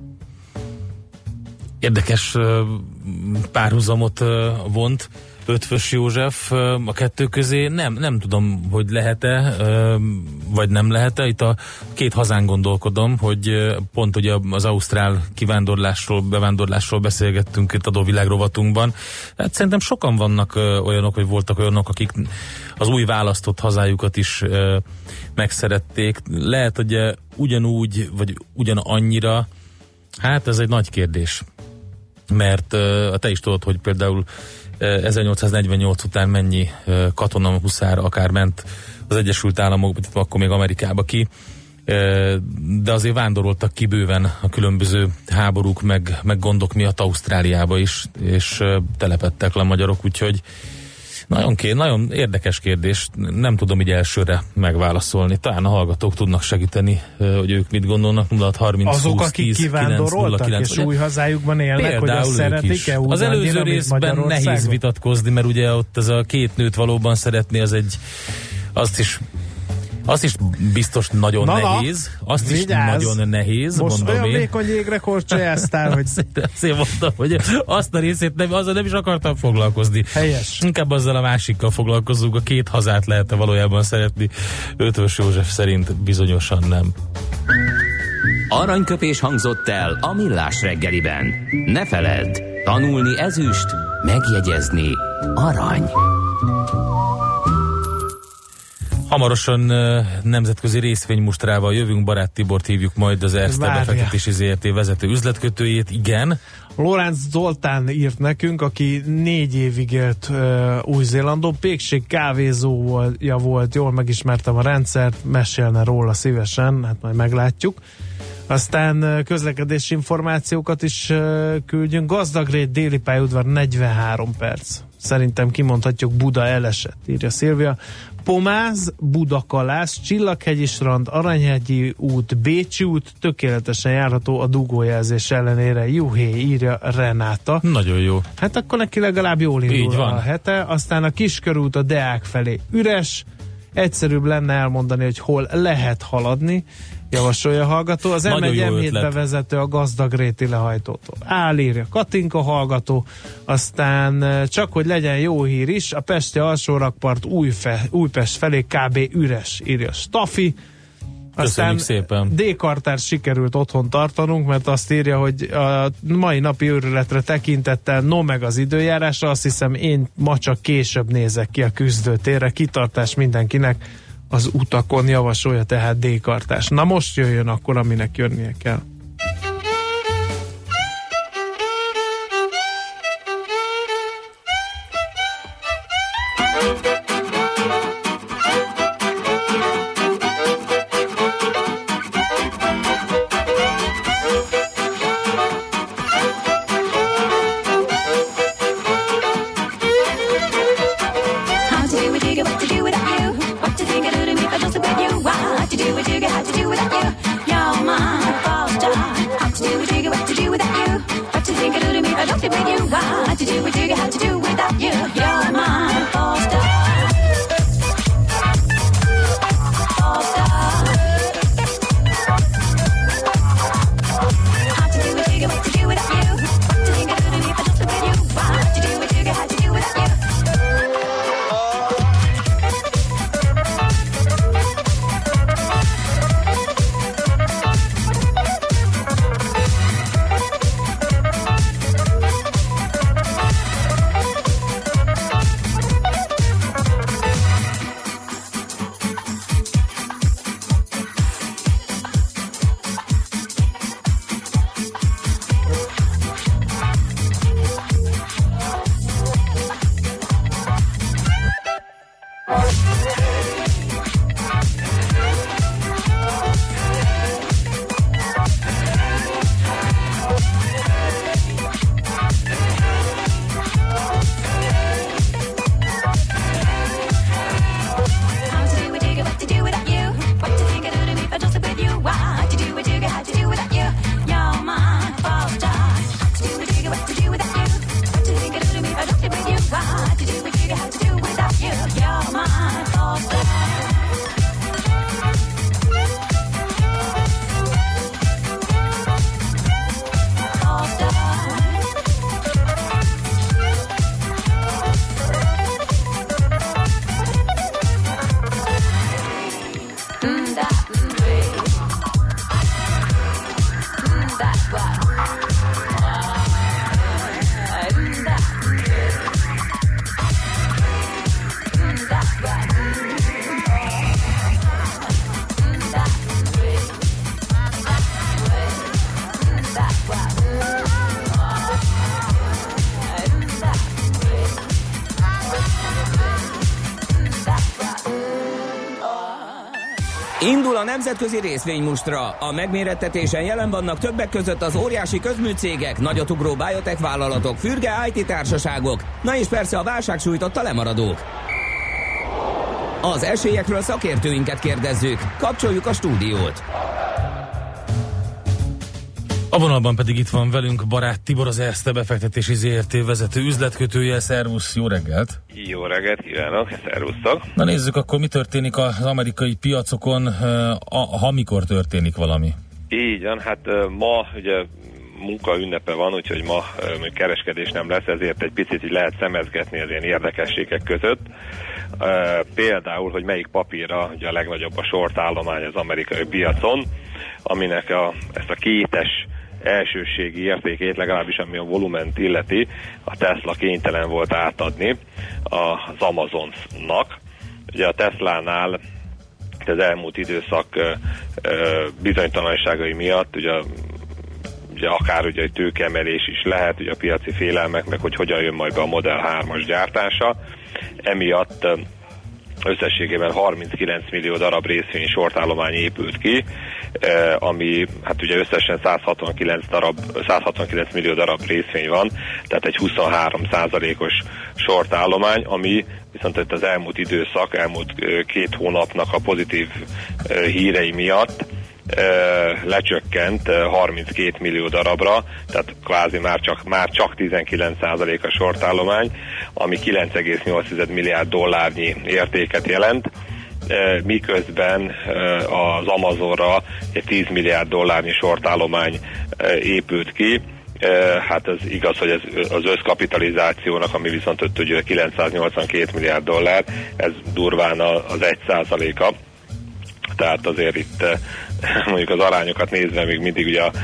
Érdekes párhuzamot vont Ötvös József a kettő közé. Nem, nem tudom, hogy lehet-e, vagy nem lehet-e. Itt a két hazán gondolkodom, hogy pont ugye az ausztrál kivándorlásról, bevándorlásról beszélgettünk itt adóvilág rovatunkban. Hát szerintem sokan vannak olyanok, vagy voltak olyanok, akik az új választott hazájukat is megszerették. Lehet, hogy ugyanúgy, vagy ugyanannyira, hát ez egy nagy kérdés. Mert uh, te is tudod, hogy például uh, ezernyolcszáznegyvennyolc után mennyi uh, katona, huszár akár ment az Egyesült Államokba, akkor még Amerikába ki, uh, de azért vándoroltak ki bőven a különböző háborúk meg, meg gondok miatt Ausztráliába is, és uh, telepedtek le a magyarok, úgyhogy nagyon, ké, nagyon érdekes kérdés, nem tudom így elsőre megválaszolni. Talán a hallgatók tudnak segíteni, hogy ők mit gondolnak. nulla hat harminc
Azok,
húsz
akik
tíz
kivándoroltak és új hazájukban élnek, hogy azt szeretik-e úgy
az előző
annyira,
részben nehéz vitatkozni, mert ugye ott ez a két nőt valóban szeretni, az egy, azt is Azt is biztos nagyon na, nehéz. Azt vigyázz. is nagyon nehéz,
most
mondom én.
Most olyan vékony jégre korcsolyáztál, hogy...
Azért mondtam, hogy azt a részét nem, azzal nem is akartam foglalkozni.
Helyes.
Inkább azzal a másikkal foglalkozunk. A két hazát lehet-e valójában szeretni? Ötvös József szerint bizonyosan nem.
Aranyköpés hangzott el a Millás reggeliben. Ne feledd, tanulni ezüst, megjegyezni arany.
Hamarosan uh, nemzetközi részvénymustrával jövünk, Barát Tibort hívjuk majd, az Erste befektetési zé er té vezető üzletkötőjét, igen.
Loránc Zoltán írt nekünk, aki négy évig élt uh, Új-Zélandon, pékség kávézója volt, jól megismertem a rendszert, mesélne róla szívesen, hát majd meglátjuk. Aztán uh, közlekedési információkat is uh, küldjünk. Gazdagrét déli pályaudvar negyvenhárom perc. Szerintem kimondhatjuk Buda elesett, írja Szilvia. Pomáz, Budakalász, Csillaghegyi strand, Aranyhegyi út, Bécsi út, tökéletesen járható a dugójelzés ellenére. Juhé, írja Renáta.
Nagyon jó.
Hát akkor neki legalább jól indul a hete. Aztán a Kiskörút a Deák felé üres. Egyszerűbb lenne elmondani, hogy hol lehet haladni, javasolja a hallgató. Az em egy em hét bevezető a Gazdagréti lehajtótól áll, írja Katinka hallgató. Aztán csak hogy legyen jó hír is, a pesti alsórakpart Újfe, Újpest felé kb. Üres, írja Stafi. Aztán D-kartár sikerült otthon tartanunk, mert azt írja, hogy a mai napi őrületre tekintettel, no meg az időjárásra, azt hiszem én ma csak később nézek ki a küzdőtérre. Kitartás mindenkinek az utakon, javasolja tehát D-kartás. Na most jöjjön akkor, aminek jönnie kell.
Indul a nemzetközi részvénymustra. A megmérettetésen jelen vannak többek között az óriási közműcégek, nagyotugró biotech vállalatok, fürge i té társaságok, na és persze a válság sújtotta lemaradók. Az esélyekről szakértőinket kérdezzük. Kapcsoljuk a stúdiót.
A vonalban pedig itt van velünk Barát Tibor, az Erste Befektetési zé er té vezető üzletkötője. Szervusz, jó reggelt!
Jó reggelt kívánok, szervusztok!
Na nézzük akkor, mi történik az amerikai piacokon, ha mikor történik valami.
Így van, hát ma ugye munka ünnepe van, úgyhogy ma még kereskedés nem lesz, ezért egy picit így lehet szemezgetni az ilyen érdekességek között. Például, hogy melyik papírra ugye a legnagyobb a short állomány az amerikai piacon, aminek a, ezt a kétes elsőségi értékét, legalábbis ami a volument illeti, a Tesla kénytelen volt átadni az Amazonnak. Ugye a Teslánál az elmúlt időszak bizonytalanságai miatt, ugye, ugye akár ugye egy tőkeemelés is lehet, ugye a piaci félelmek, meg hogy hogyan jön majd be a Model hármas gyártása, emiatt összességében harminckilenc millió darab részvény sortállomány épült ki, ami hát ugye összesen száz hatvankilenc, darab, száz hatvankilenc millió darab részvény van, tehát egy huszonhárom százalékos sortállomány, ami viszont itt az elmúlt időszak, elmúlt két hónapnak a pozitív hírei miatt lecsökkent harminckét millió darabra, tehát kvázi már csak, már csak tizenkilenc százalék a sortállomány, ami kilenc egész nyolc milliárd dollárnyi értéket jelent, miközben az Amazonra egy tíz milliárd dollárnyi sortállomány épült ki. Hát ez igaz, hogy ez az összkapitalizációnak, ami viszont ott ugye kilencszáznyolcvankét milliárd dollár, ez durván az egy százaléka. Tehát azért itt mondjuk az arányokat nézve még mindig ugye a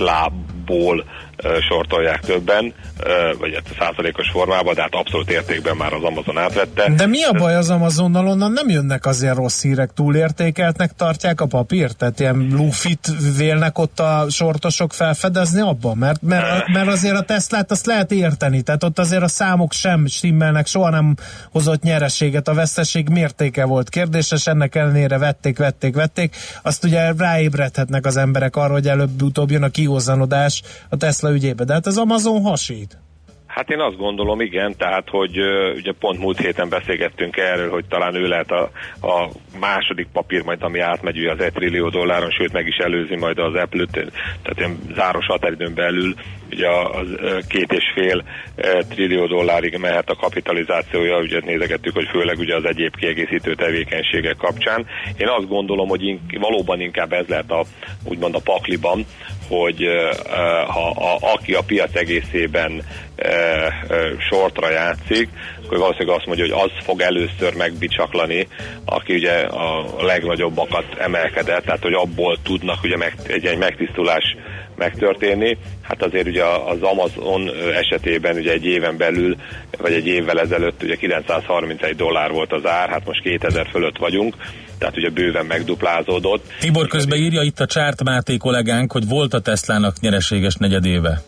Teslából sortolják többen, vagy a százalékos formában, de hát abszolút értékben már az Amazon átvette.
De mi a baj az Amazonnal? Onnan nem jönnek azért rossz hírek, túlértékeltnek tartják a papírt? Tehát ilyen lufit vélnek ott a sortosok felfedezni abban? Mert, mert, mert azért a Teslát azt lehet érteni, tehát ott azért a számok sem stimmelnek, soha nem hozott nyereséget, a veszteség mértéke volt kérdéses, ennek ellenére vették, vették, vették, azt ugye ráébredhetnek az emberek arra, hogy előbb-utóbb jön a kihozzanodás a Tesla ügyébe, de hát az Amazon hasít.
Hát én azt gondolom, igen, tehát, hogy uh, ugye pont múlt héten beszélgettünk erről, hogy talán ő lehet a, a második papír majd, ami átmegy ugye az egy trillió dolláron, sőt meg is előzi majd az Apple-t, tehát ilyen záros határidőn belül ugye az uh, két és fél uh, trillió dollárig mehet a kapitalizációja, ugye nézegettük, hogy főleg ugye az egyéb kiegészítő tevékenységek kapcsán. Én azt gondolom, hogy ink- valóban inkább ez lehet a, úgymond a pakliban, hogy uh, ha a, aki a piac egészében uh, uh, sortra játszik, akkor valószínűleg azt mondja, hogy az fog először megbicsaklani, aki ugye a legnagyobbakat emelkedett, tehát hogy abból tudnak ugye meg, egy, egy megtisztulás megtörténni. Hát azért ugye az Amazon esetében ugye egy éven belül, vagy egy évvel ezelőtt ugye kilencszázharmincegy dollár volt az ár, hát most kétezer fölött vagyunk, tehát ugye bőven megduplázódott.
Tibor közben írja itt a Csárt Máté kollégánk, hogy volt a Teslának nyereséges negyedéve.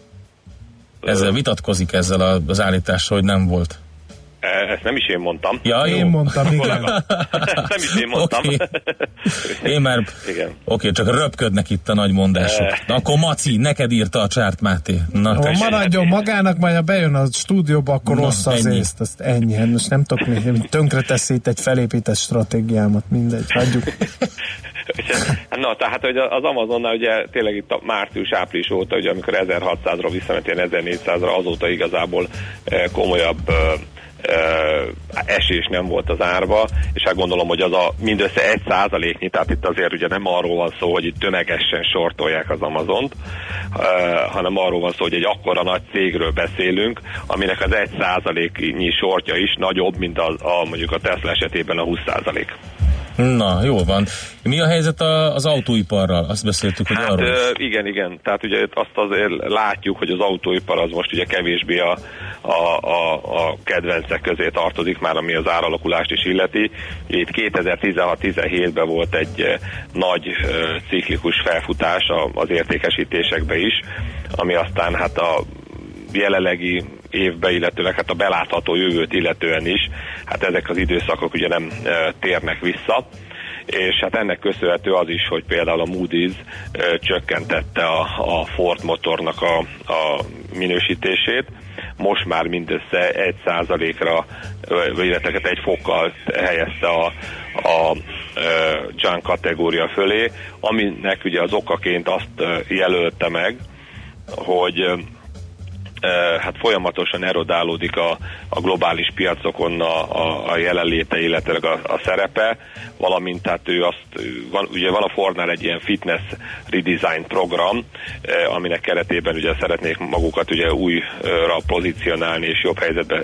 Ezzel vitatkozik ezzel az állítással, hogy nem volt.
Ezt nem is én mondtam.
Ja,
én mondtam, igen.
Nem is én mondtam.
Okay. Én már, oké, okay, csak röpködnek itt a nagy mondások. Na, akkor Maci, neked írta a Csárt Máté. Na,
ha maradjon magának, majd ha bejön a stúdióba, akkor na, rossz az
ennyi.
észt. Azt ennyi. Hát most nem tudok még, tönkre teszi itt egy felépített stratégiámat, mindegy, hagyjuk.
Na, tehát hogy az Amazonnál ugye tényleg itt a március-április óta, ugye amikor ezerhatszázról visszament ilyen ezernégyszázra, azóta igazából komolyabb Uh, esés nem volt az árba, és hát gondolom, hogy az a mindössze egy százaléknyi, tehát itt azért ugye nem arról van szó, hogy itt tömegesen sortolják az Amazont, uh, hanem arról van szó, hogy egy akkora nagy cégről beszélünk, aminek az egy százaléknyi sortja is nagyobb, mint a, a mondjuk a Tesla esetében a húsz százalék.
Na, jó van. Mi a helyzet a, az autóiparral? Azt beszéltük, hogy
hát,
arról is.
Igen, igen. Tehát ugye azt azért látjuk, hogy az autóipar az most ugye kevésbé a, a, a, a kedvencek közé tartozik már, ami az áralakulást is illeti. Itt kétezer-tizenhat tizenhétben volt egy nagy ciklikus felfutás az értékesítésekbe is, ami aztán hát a jelenlegi évbe, illetőleg hát a belátható jövőt illetően is, hát ezek az időszakok ugye nem e, térnek vissza, és hát ennek köszönhető az is, hogy például a Moody's ö, csökkentette a, a Ford motornak a, a minősítését, most már mindössze egy százalékra, illetve egy fokkal helyezte a, a junk kategória fölé, aminek ugye az okaként azt jelölte meg, hogy hát folyamatosan erodálódik a, a globális piacokon a, a, a jelenléte, illetve a, a szerepe, valamint tehát ő azt, van, ugye van a Fordnál egy ilyen fitness redesign program, aminek keretében ugye szeretnék magukat ugye újra pozícionálni és jobb helyzetbe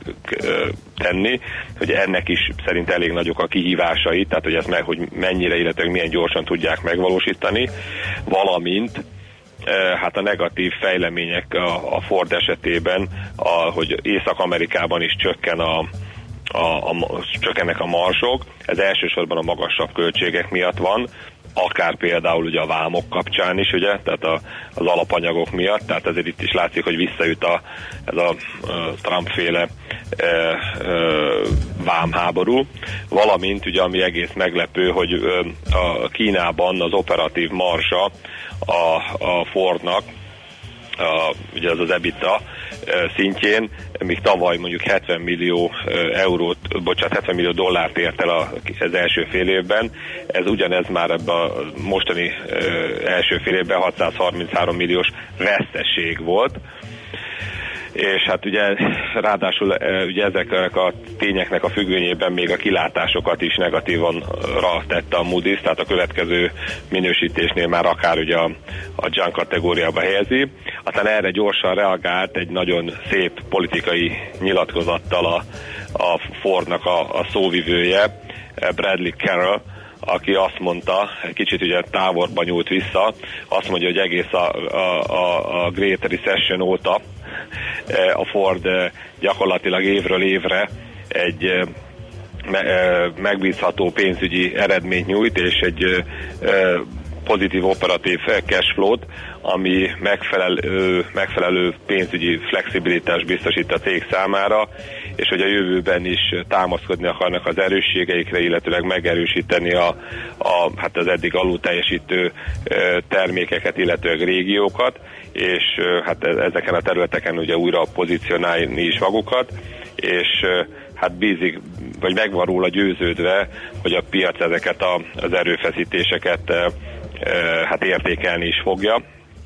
tenni, hogy ennek is szerint elég nagyok a kihívásai, tehát hogy ezt meg, hogy mennyire, illetve milyen gyorsan tudják megvalósítani, valamint hát a negatív fejlemények a, a Ford esetében, a, hogy Észak-Amerikában is csökken a, a, a, csökkennek a marzsok, ez elsősorban a magasabb költségek miatt van, akár például ugye a vámok kapcsán is, ugye, tehát a, az alapanyagok miatt, tehát ezért itt is látszik, hogy visszaüt a, ez a, a Trump-féle e, e, vámháború, valamint ugye, ami egész meglepő, hogy e, a Kínában az operatív marzsa a, a Fordnak, a, ugye az az EBITDA szintjén, míg tavaly mondjuk hetven millió eurót, bocsánat, hetven millió dollárt ért el az első fél évben, ez ugyanez már ebben a mostani első fél évben hatszázharminchárom milliós veszteség volt, és hát ugye ráadásul ugye ezeknek a tényeknek a függvényében még a kilátásokat is negatívan tette a Moody's, tehát a következő minősítésnél már akár ugye a, a junk kategóriába helyezi. Aztán erre gyorsan reagált egy nagyon szép politikai nyilatkozattal a, a Fordnak a, a szóvivője, Bradley Carroll, aki azt mondta, egy kicsit ugye távolba nyúlt vissza, azt mondja, hogy egész a, a, a, a Great Recession óta a Ford gyakorlatilag évről évre egy megbízható pénzügyi eredményt nyújt, és egy pozitív operatív cashflow-t, ami megfelelő, megfelelő pénzügyi flexibilitás biztosít a cég számára, és hogy a jövőben is támaszkodni akarnak az erősségeikre, illetőleg megerősíteni a, a, hát az eddig alul teljesítő termékeket, illetőleg régiókat, és hát ezeken a területeken ugye újra pozícionálni is magukat, és hát bízik, vagy megvan róla győződve, hogy a piac ezeket a, az erőfeszítéseket hát értékelni is fogja.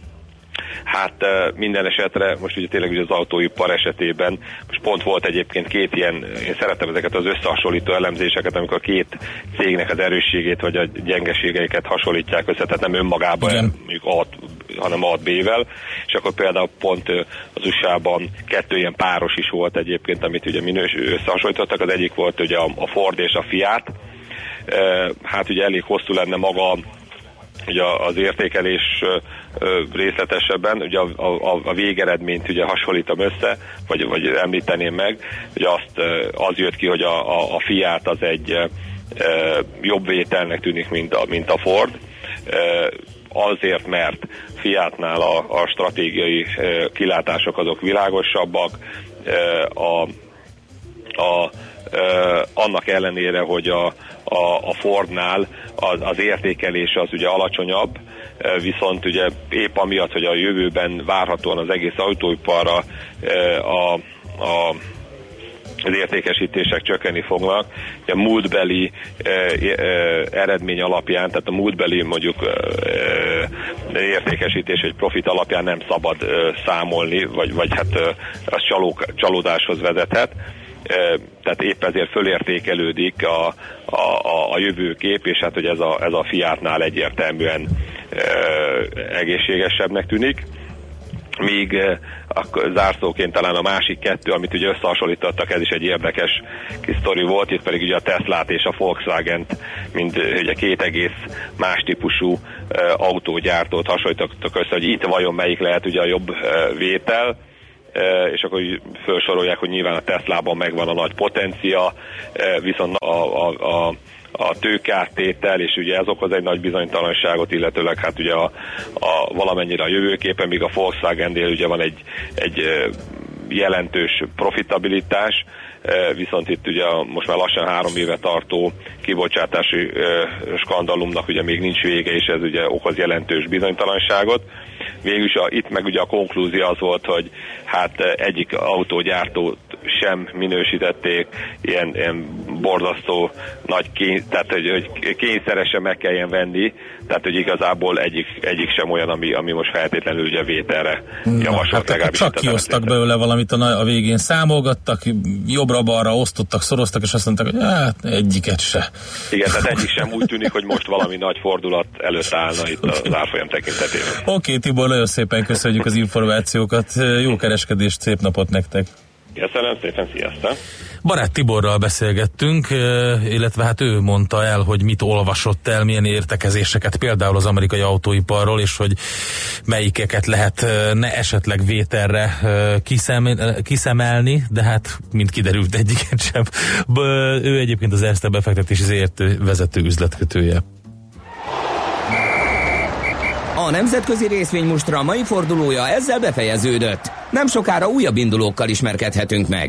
Hát minden esetre, most ugye tényleg ugye az autóipar esetében, most pont volt egyébként két ilyen, én szeretem ezeket az összehasonlító elemzéseket, amikor két cégnek az erősségét vagy a gyengeségeiket hasonlítják össze, tehát nem önmagában, mondjuk A, hanem A B-vel, és akkor például pont az u es á-ban kettő ilyen páros is volt egyébként, amit ugye minős összehasonlítottak, az egyik volt ugye a Ford és a Fiat, hát ugye elég hosszú lenne maga ugye az értékelés részletesebben, ugye a, a, a végeredményt ugye hasonlítom össze, vagy, vagy említeném meg, ugye azt, az jött ki, hogy a, a, a Fiat az egy e, jobb vételnek tűnik, mint a, mint a Ford, e, azért, mert Fiatnál a, a stratégiai e, kilátások azok világosabbak, e, a, a Uh, annak ellenére, hogy a, a, a Fordnál az, az értékelés az ugye alacsonyabb, uh, viszont ugye épp amiatt, hogy a jövőben várhatóan az egész autóiparra uh, a, a az értékesítések csökkenni fognak. A múltbeli e, e, eredmény alapján, tehát a múltbeli mondjuk e, értékesítés vagy profit alapján nem szabad e, számolni, vagy, vagy hát e, az csalók, csalódáshoz vezethet. E, tehát épp ezért fölértékelődik a, a, a jövőkép, és hát hogy ez a, ez a Fiatnál egyértelműen e, egészségesebbnek tűnik. Míg akkor zárszóként talán a másik kettő, amit ugye összehasonlítottak, ez is egy érdekes kis sztori volt, itt pedig ugye a Teslát és a Volkswagent, mint ugye két egész más típusú e, autógyártót hasonlítottak össze, hogy itt vajon melyik lehet ugye a jobb e, vétel, e, és akkor felsorolják, hogy nyilván a Teslában megvan a nagy potencia, e, viszont a, a, a a tőkeáttétel, és ugye ez okoz egy nagy bizonytalanságot, illetőleg hát ugye a, a valamennyire a jövőképen, míg a Volkswagen-nél ugye van egy, egy jelentős profitabilitás, viszont itt ugye most már lassan három éve tartó kibocsátási skandalumnak ugye még nincs vége, és ez ugye okoz jelentős bizonytalanságot. Végülis a, itt meg ugye a konklúzió az volt, hogy hát egyik autógyártót sem minősítették ilyen, ilyen borzasztó nagy kény, tehát hogy, hogy kényszeresen meg kelljen venni, tehát hogy igazából egyik, egyik sem olyan, ami, ami most feltétlenül ugye vételre javasolt.
Hát csak kiosztak belőle valamit a, a végén, számolgattak, jobbra-balra osztottak, szoroztak, és azt mondták, hogy hát egyiket se.
Igen, tehát egyik sem úgy tűnik, hogy most valami nagy fordulat előtt állna itt az árfolyam tekintetében.
Oké, okay, Tibor, nagyon szépen köszönjük az információkat, jó kereskedést, szép napot nektek!
Köszönöm szépen, sziasztok!
Barát Tiborral beszélgettünk, illetve hát ő mondta el, hogy mit olvasott el, milyen értekezéseket például az amerikai autóiparról, és hogy melyikeket lehet ne esetleg vételre kiszemelni, de hát mint kiderült egyiket sem. Ő egyébként az Erste befektetési zé er té vezető üzletkötője.
A nemzetközi részvénymustra mai fordulója ezzel befejeződött. Nem sokára újabb indulókkal ismerkedhetünk meg.